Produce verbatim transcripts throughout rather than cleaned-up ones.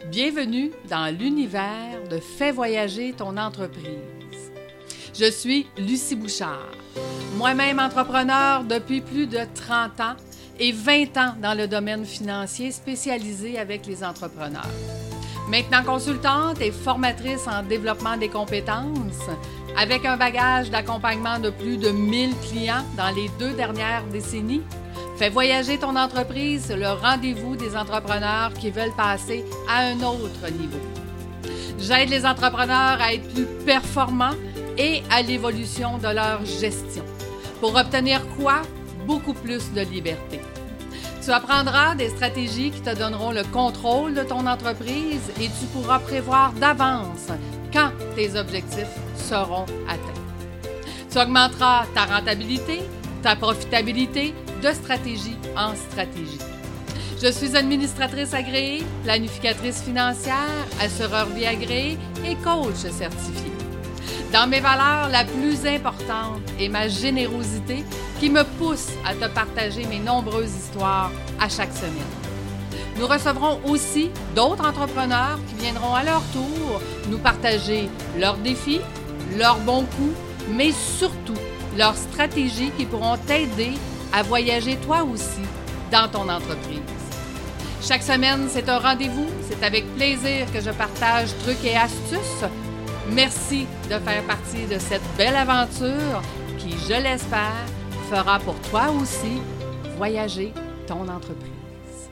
Bienvenue dans l'univers de Fais voyager ton entreprise. Je suis Lucie Bouchard, moi-même entrepreneur depuis plus de trente ans et vingt ans dans le domaine financier spécialisé avec les entrepreneurs. Maintenant consultante et formatrice en développement des compétences, avec un bagage d'accompagnement de plus de mille clients dans les deux dernières décennies, Fais voyager ton entreprise, c'est le rendez-vous des entrepreneurs qui veulent passer à un autre niveau. J'aide les entrepreneurs à être plus performants et à l'évolution de leur gestion. Pour obtenir quoi? Beaucoup plus de liberté. Tu apprendras des stratégies qui te donneront le contrôle de ton entreprise et tu pourras prévoir d'avance quand tes objectifs seront atteints. Tu augmenteras ta rentabilité, ta profitabilité de stratégie en stratégie. Je suis administratrice agréée, planificatrice financière, assureur vie agréée et coach certifié. Dans mes valeurs, la plus importante est ma générosité qui me pousse à te partager mes nombreuses histoires à chaque semaine. Nous recevrons aussi d'autres entrepreneurs qui viendront à leur tour nous partager leurs défis, leurs bons coups, mais surtout leurs stratégies qui pourront t'aider à voyager toi aussi dans ton entreprise. Chaque semaine, c'est un rendez-vous. C'est avec plaisir que je partage trucs et astuces. Merci de faire partie de cette belle aventure qui, je l'espère, fera pour toi aussi voyager ton entreprise.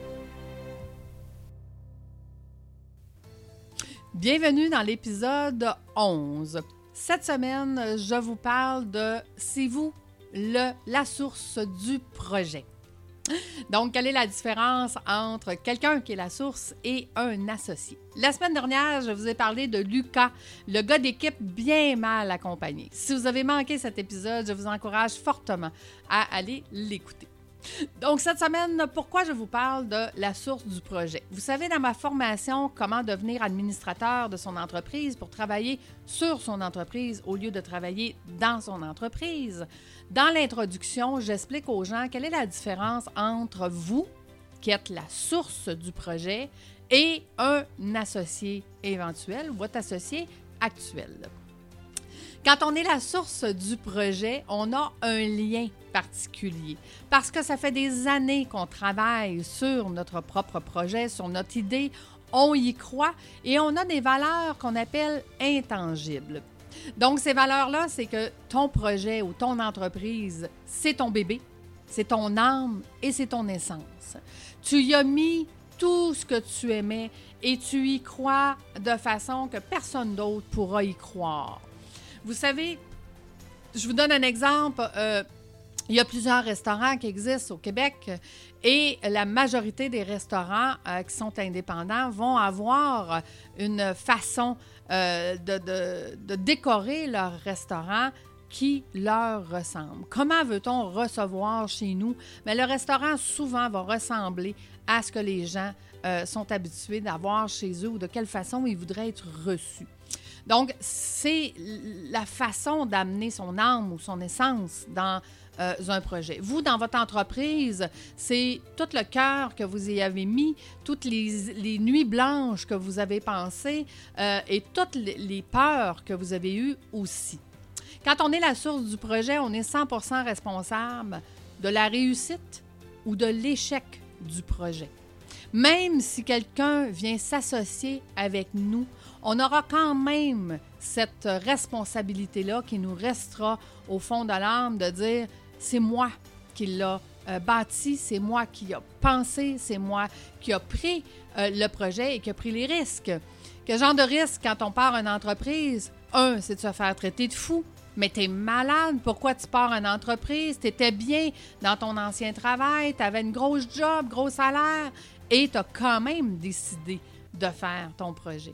Bienvenue dans l'épisode onze. Cette semaine, je vous parle de « C'est vous le, la source du projet ». Donc, quelle est la différence entre quelqu'un qui est la source et un associé? La semaine dernière, je vous ai parlé de Lucas, le gars d'équipe bien mal accompagné. Si vous avez manqué cet épisode, je vous encourage fortement à aller l'écouter. Donc, cette semaine, pourquoi je vous parle de la source du projet? Vous savez, dans ma formation « Comment devenir administrateur de son entreprise pour travailler sur son entreprise au lieu de travailler dans son entreprise », dans l'introduction, j'explique aux gens quelle est la différence entre vous, qui êtes la source du projet, et un associé éventuel, votre associé actuel. Quand on est la source du projet, on a un lien particulier parce que ça fait des années qu'on travaille sur notre propre projet, sur notre idée, on y croit et on a des valeurs qu'on appelle intangibles. Donc, ces valeurs-là, c'est que ton projet ou ton entreprise, c'est ton bébé, c'est ton âme et c'est ton essence. Tu y as mis tout ce que tu aimais et tu y crois de façon que personne d'autre pourra y croire. Vous savez, je vous donne un exemple. Euh, il y a plusieurs restaurants qui existent au Québec et la majorité des restaurants euh, qui sont indépendants vont avoir une façon euh, de, de, de décorer leur restaurant qui leur ressemble. Comment veut-on recevoir chez nous? Bien, le restaurant, souvent, va ressembler à ce que les gens euh, sont habitués d'avoir chez eux ou de quelle façon ils voudraient être reçus. Donc, c'est la façon d'amener son âme ou son essence dans euh, un projet. Vous, dans votre entreprise, c'est tout le cœur que vous y avez mis, toutes les, les nuits blanches que vous avez pensées euh, et toutes les peurs que vous avez eues aussi. Quand on est la source du projet, on est cent pour cent responsable de la réussite ou de l'échec du projet. Même si quelqu'un vient s'associer avec nous, on aura quand même cette responsabilité-là qui nous restera au fond de l'âme de dire « c'est moi qui l'a euh, bâti, c'est moi qui a pensé, c'est moi qui a pris euh, le projet et qui a pris les risques ». Quel genre de risque quand on part une entreprise? Un, c'est de se faire traiter de fou. Mais t'es malade, pourquoi tu pars une entreprise? T'étais bien dans ton ancien travail, t'avais une grosse job, gros salaire et t'as quand même décidé de faire ton projet.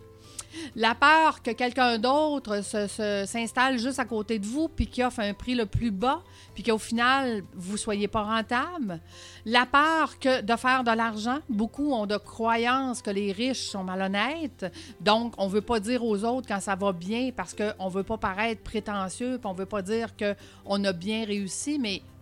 La peur que quelqu'un d'autre se, se, s'installe juste à côté de vous puis qui offre un prix le plus bas puis qu'au final, vous ne soyez pas rentable. La peur que de faire de l'argent. Beaucoup ont de croyances que les riches sont malhonnêtes. Donc, on ne veut pas dire aux autres quand ça va bien parce qu'on ne veut pas paraître prétentieux puis on ne veut pas dire qu'on a bien réussi. Mais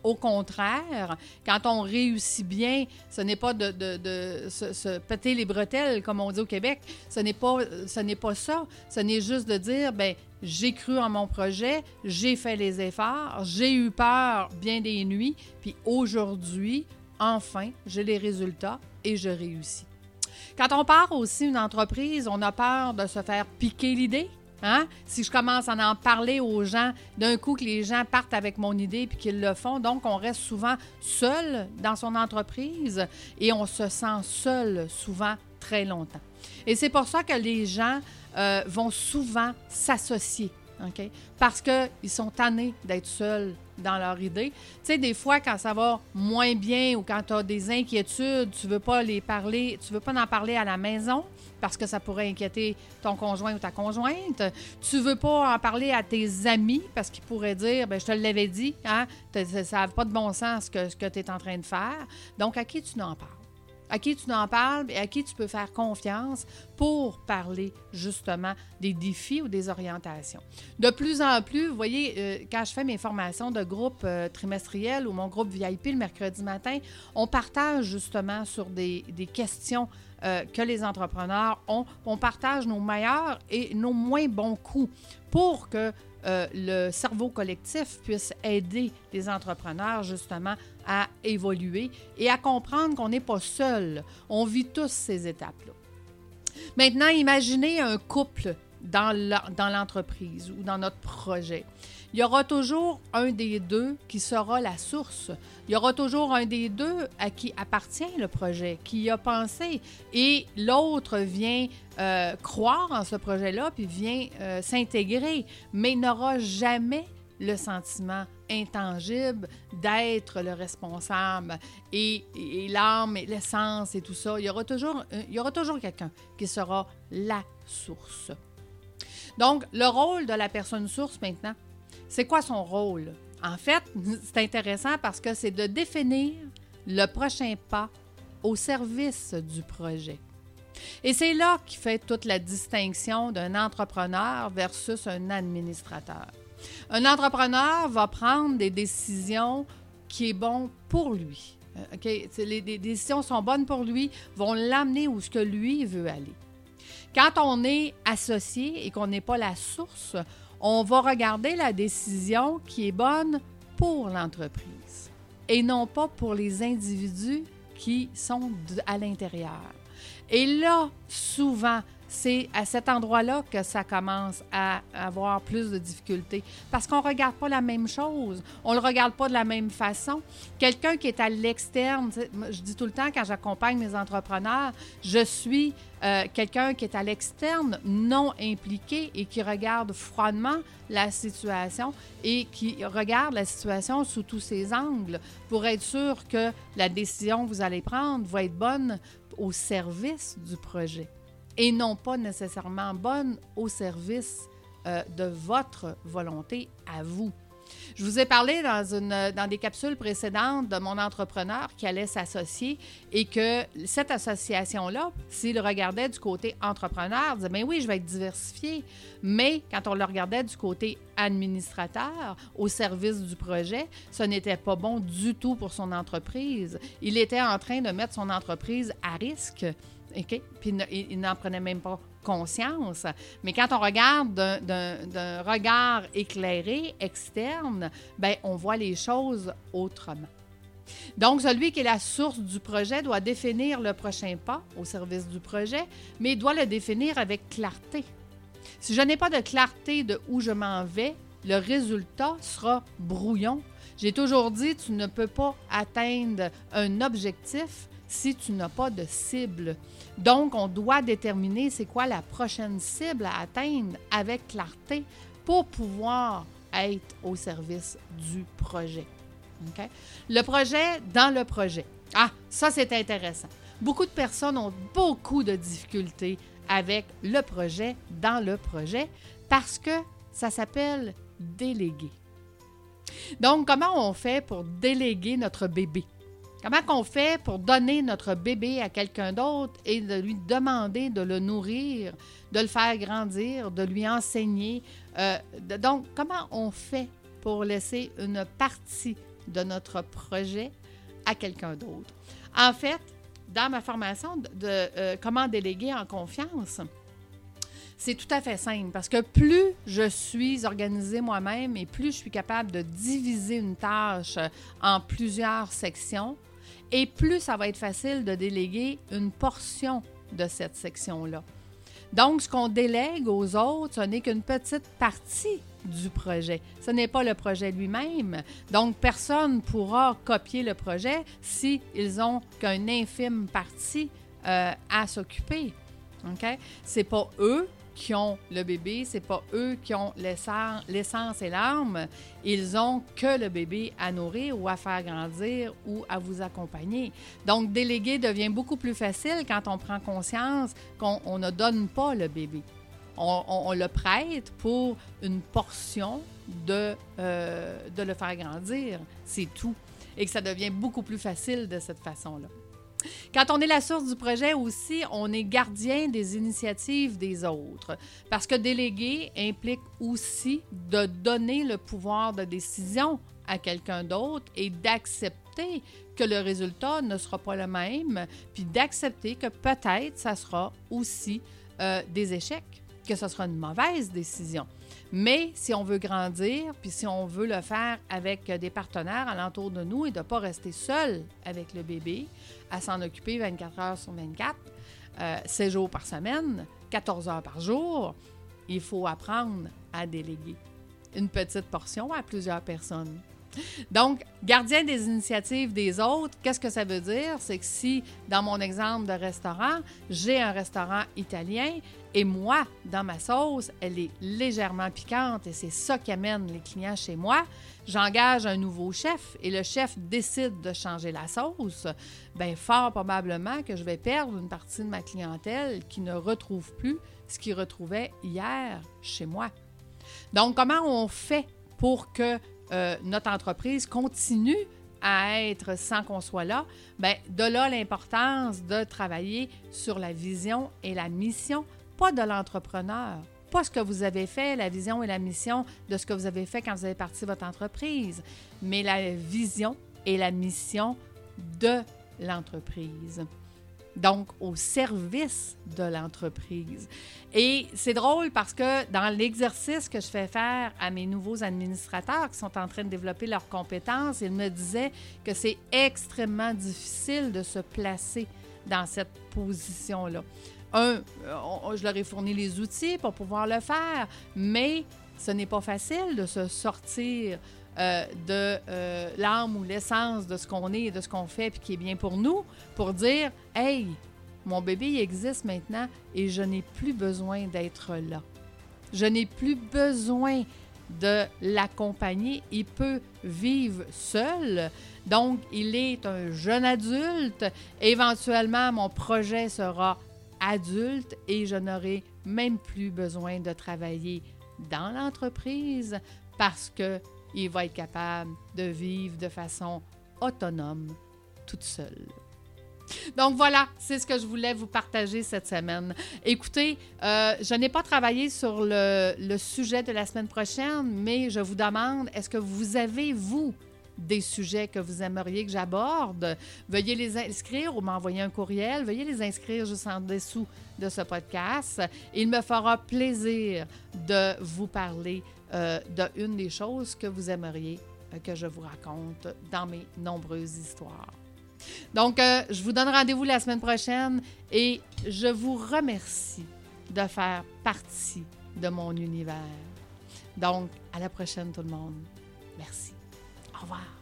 Au contraire, quand on réussit bien, ce n'est pas de, de, de se, se péter les bretelles, comme on dit au Québec. Ce n'est pas, ce n'est pas ça. Ce n'est juste de dire, bien, j'ai cru en mon projet, j'ai fait les efforts, j'ai eu peur bien des nuits, puis aujourd'hui, enfin, j'ai les résultats et je réussis. Quand on part aussi une entreprise, on a peur de se faire piquer l'idée. Hein? Si je commence à en parler aux gens, d'un coup que les gens partent avec mon idée puis qu'ils le font, donc on reste souvent seul dans son entreprise et on se sent seul souvent très longtemps. Et c'est pour ça que les gens euh, vont souvent s'associer, OK? Parce qu'ils sont tannés d'être seuls dans leur idée. Tu sais, des fois, quand ça va moins bien ou quand tu as des inquiétudes, tu ne veux pas les parler, tu veux pas en parler à la maison parce que ça pourrait inquiéter ton conjoint ou ta conjointe. Tu ne veux pas en parler à tes amis parce qu'ils pourraient dire, bien, je te l'avais dit, hein, ça n'a pas de bon sens ce que, ce que tu es en train de faire. Donc, à qui tu n'en parles? À qui tu n'en parles et à qui tu peux faire confiance pour parler justement des défis ou des orientations. De plus en plus, vous voyez, euh, quand je fais mes formations de groupe euh, trimestrielles ou mon groupe V I P le mercredi matin, on partage justement sur des, des questions euh, que les entrepreneurs ont. On partage nos meilleurs et nos moins bons coups pour que Euh, le cerveau collectif puisse aider les entrepreneurs justement à évoluer et à comprendre qu'on n'est pas seul. On vit tous ces étapes-là. Maintenant, imaginez un couple dans, la, dans l'entreprise ou dans notre projet. Il y aura toujours un des deux qui sera la source. Il y aura toujours un des deux à qui appartient le projet, qui y a pensé. Et l'autre vient euh, croire en ce projet-là, puis vient euh, s'intégrer, mais n'aura jamais le sentiment intangible d'être le responsable et, et, et l'âme et l'essence et tout ça. Il y aura toujours, il y aura toujours quelqu'un qui sera la source. Donc, le rôle de la personne source maintenant, c'est quoi son rôle? En fait, c'est intéressant parce que c'est de définir le prochain pas au service du projet. Et c'est là qui fait toute la distinction d'un entrepreneur versus un administrateur. Un entrepreneur va prendre des décisions qui est bon pour lui. Okay? Les, les décisions sont bonnes pour lui, vont l'amener où ce que lui veut aller. Quand on est associé et qu'on n'est pas la source, on va regarder la décision qui est bonne pour l'entreprise et non pas pour les individus qui sont à l'intérieur. Et là, souvent, c'est à cet endroit-là que ça commence à avoir plus de difficultés parce qu'on ne regarde pas la même chose, on ne le regarde pas de la même façon. Quelqu'un qui est à l'externe, je dis tout le temps quand j'accompagne mes entrepreneurs, je suis euh, quelqu'un qui est à l'externe, non impliqué et qui regarde froidement la situation et qui regarde la situation sous tous ses angles pour être sûr que la décision que vous allez prendre va être bonne au service du projet et non pas nécessairement bonne au service euh, de votre volonté à vous. Je vous ai parlé dans, une, dans des capsules précédentes de mon entrepreneur qui allait s'associer et que cette association-là, s'il regardait du côté entrepreneur, il disait « bien oui, je vais être diversifié », mais quand on le regardait du côté administrateur, au service du projet, ce n'était pas bon du tout pour son entreprise. Il était en train de mettre son entreprise à risque. Okay? Puis il n'en prenait même pas conscience. Mais quand on regarde d'un, d'un, d'un regard éclairé, externe, bien, on voit les choses autrement. Donc, celui qui est la source du projet doit définir le prochain pas au service du projet, mais il doit le définir avec clarté. Si je n'ai pas de clarté de où je m'en vais, le résultat sera brouillon. J'ai toujours dit, tu ne peux pas atteindre un objectif si tu n'as pas de cible. Donc, on doit déterminer c'est quoi la prochaine cible à atteindre avec clarté pour pouvoir être au service du projet. Okay? Le projet dans le projet. Ah, ça, c'est intéressant. Beaucoup de personnes ont beaucoup de difficultés avec le projet dans le projet parce que ça s'appelle déléguer. Donc, comment on fait pour déléguer notre bébé? Comment qu'on fait pour donner notre bébé à quelqu'un d'autre et de lui demander de le nourrir, de le faire grandir, de lui enseigner? Euh, de, donc, comment on fait pour laisser une partie de notre projet à quelqu'un d'autre. En fait, dans ma formation de, de euh, comment déléguer en confiance, c'est tout à fait simple parce que plus je suis organisée moi-même et plus je suis capable de diviser une tâche en plusieurs sections et plus ça va être facile de déléguer une portion de cette section-là. Donc, ce qu'on délègue aux autres, ce n'est qu'une petite partie du projet. Ce n'est pas le projet lui-même. Donc, personne ne pourra copier le projet s'ils n'ont qu'une infime partie euh, à s'occuper. OK? C'est pas eux qui ont le bébé, c'est pas eux qui ont l'essence, l'essence et l'âme. Ils ont que le bébé à nourrir ou à faire grandir ou à vous accompagner. Donc, déléguer devient beaucoup plus facile quand on prend conscience qu'on on ne donne pas le bébé. On, on, on le prête pour une portion de, euh, de le faire grandir. C'est tout. Et que ça devient beaucoup plus facile de cette façon-là. Quand on est la source du projet aussi, on est gardien des initiatives des autres. Parce que déléguer implique aussi de donner le pouvoir de décision à quelqu'un d'autre et d'accepter que le résultat ne sera pas le même, puis d'accepter que peut-être ça sera aussi euh, des échecs, que ce sera une mauvaise décision. Mais si on veut grandir, puis si on veut le faire avec des partenaires alentour de nous et de ne pas rester seul avec le bébé, à s'en occuper vingt-quatre heures sur vingt-quatre, euh, sept jours par semaine, quatorze heures par jour, il faut apprendre à déléguer une petite portion à plusieurs personnes. Donc, gardien des initiatives des autres, qu'est-ce que ça veut dire? C'est que si, dans mon exemple de restaurant, j'ai un restaurant italien et moi, dans ma sauce, elle est légèrement piquante et c'est ça qui amène les clients chez moi, j'engage un nouveau chef et le chef décide de changer la sauce, bien, fort probablement que je vais perdre une partie de ma clientèle qui ne retrouve plus ce qu'il retrouvait hier chez moi. Donc, comment on fait pour que Euh, notre entreprise continue à être sans qu'on soit là? Bien, de là l'importance de travailler sur la vision et la mission, pas de l'entrepreneur, pas ce que vous avez fait, la vision et la mission de ce que vous avez fait quand vous avez parti votre entreprise, mais la vision et la mission de l'entreprise. Donc, au service de l'entreprise. Et c'est drôle parce que dans l'exercice que je fais faire à mes nouveaux administrateurs qui sont en train de développer leurs compétences, ils me disaient que c'est extrêmement difficile de se placer dans cette position-là. Un, on, je leur ai fourni les outils pour pouvoir le faire, mais ce n'est pas facile de se sortir Euh, de euh, l'âme ou l'essence de ce qu'on est et de ce qu'on fait puis qui est bien pour nous, pour dire « Hey, mon bébé il existe maintenant et je n'ai plus besoin d'être là. Je n'ai plus besoin de l'accompagner. Il peut vivre seul. Donc, il est un jeune adulte. Éventuellement, mon projet sera adulte et je n'aurai même plus besoin de travailler dans l'entreprise parce que il va être capable de vivre de façon autonome, toute seule. » Donc voilà, c'est ce que je voulais vous partager cette semaine. Écoutez, euh, je n'ai pas travaillé sur le, le sujet de la semaine prochaine, mais je vous demande, est-ce que vous avez, vous, des sujets que vous aimeriez que j'aborde? Veuillez les inscrire ou m'envoyer un courriel. Veuillez les inscrire juste en dessous de ce podcast. Il me fera plaisir de vous parler euh, d'une des choses que vous aimeriez euh, que je vous raconte dans mes nombreuses histoires. Donc, euh, je vous donne rendez-vous la semaine prochaine et je vous remercie de faire partie de mon univers. Donc, à la prochaine tout le monde. Merci. Au revoir.